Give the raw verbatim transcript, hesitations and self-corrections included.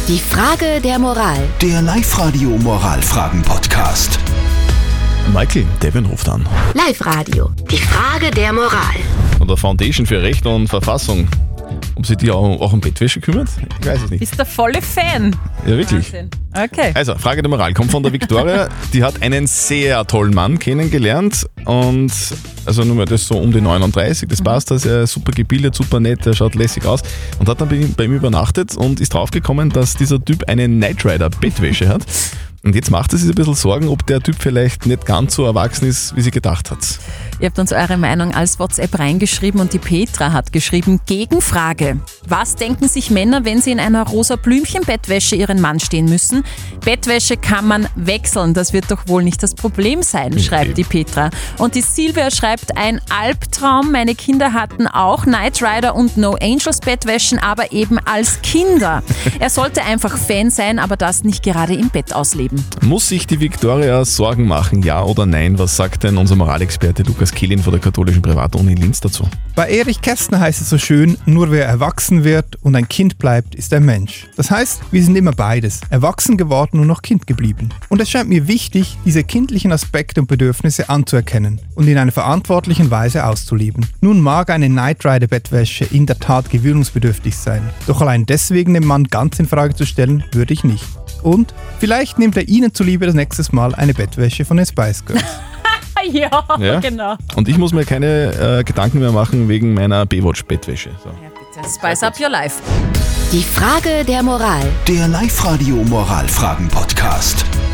Die Frage der Moral. Der Live-Radio-Moralfragen-Podcast. Michael, Devin ruft an. Live-Radio. Die Frage der Moral. Von der Foundation für Recht und Verfassung. Ob sie die auch, auch um Bettwäsche kümmert? Ich weiß es nicht. Bist der volle Fan. Ja, wirklich. Wahnsinn. Okay. Also, Frage der Moral kommt von der Viktoria. Die hat einen sehr tollen Mann kennengelernt und also nur mal das so um die neununddreißig, das passt, also er ist super gebildet, super nett, er schaut lässig aus und hat dann bei ihm, bei ihm übernachtet und ist draufgekommen, dass dieser Typ eine Knight Rider Bettwäsche hat. Und jetzt macht es sich ein bisschen Sorgen, ob der Typ vielleicht nicht ganz so erwachsen ist, wie sie gedacht hat. Ihr habt uns eure Meinung als WhatsApp reingeschrieben und die Petra hat geschrieben, Gegenfrage. Was denken sich Männer, wenn sie in einer rosa Blümchen-Bettwäsche ihren Mann stehen müssen? Bettwäsche kann man wechseln, das wird doch wohl nicht das Problem sein, schreibt die Petra. Und die Silvia schreibt, ein Albtraum, meine Kinder hatten auch Knight Rider und No Angels Bettwäschen, aber eben als Kinder. Er sollte einfach Fan sein, aber das nicht gerade im Bett ausleben. Muss sich die Viktoria Sorgen machen, ja oder nein? Was sagt denn unser Moralexperte Lukas Kehlin von der katholischen Privatuni Linz dazu? Bei Erich Kästner heißt es so schön, nur wer erwachsen wird und ein Kind bleibt, ist ein Mensch. Das heißt, wir sind immer beides, erwachsen geworden und noch Kind geblieben. Und es scheint mir wichtig, diese kindlichen Aspekte und Bedürfnisse anzuerkennen und in einer verantwortlichen Weise auszuleben. Nun mag eine Knight Rider Bettwäsche in der Tat gewöhnungsbedürftig sein, doch allein deswegen den Mann ganz in Frage zu stellen, würde ich nicht. Und vielleicht nimmt er Ihnen zuliebe das nächste Mal eine Bettwäsche von den Spice Girls. ja, Ja? genau. Und ich muss mir keine äh, Gedanken mehr machen wegen meiner Baywatch-Bettwäsche. So. Ja, bitte. Spice up your life. Die Frage der Moral. Der Live-Radio-Moralfragen-Podcast.